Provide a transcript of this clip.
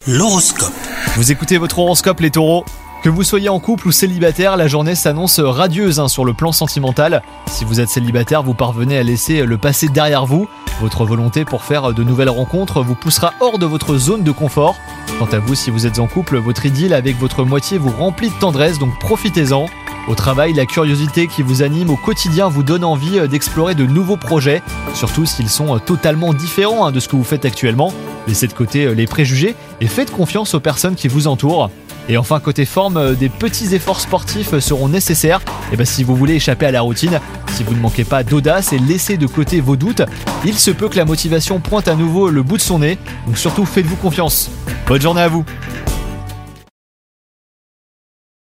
L'horoscope. Vous écoutez votre horoscope les taureaux. Que vous soyez en couple ou célibataire, la journée s'annonce radieuse sur le plan sentimental. Si vous êtes célibataire, vous parvenez à laisser le passé derrière vous. Votre volonté pour faire de nouvelles rencontres vous poussera hors de votre zone de confort. Quant à vous, si vous êtes en couple, votre idylle avec votre moitié vous remplit de tendresse, donc profitez-en. Au travail, la curiosité qui vous anime au quotidien vous donne envie d'explorer de nouveaux projets, surtout s'ils sont totalement différents de ce que vous faites actuellement. Laissez de côté les préjugés et faites confiance aux personnes qui vous entourent. Et enfin, côté forme, des petits efforts sportifs seront nécessaires si vous voulez échapper à la routine. Si vous ne manquez pas d'audace et laissez de côté vos doutes, il se peut que la motivation pointe à nouveau le bout de son nez. Donc surtout, faites-vous confiance. Bonne journée à vous.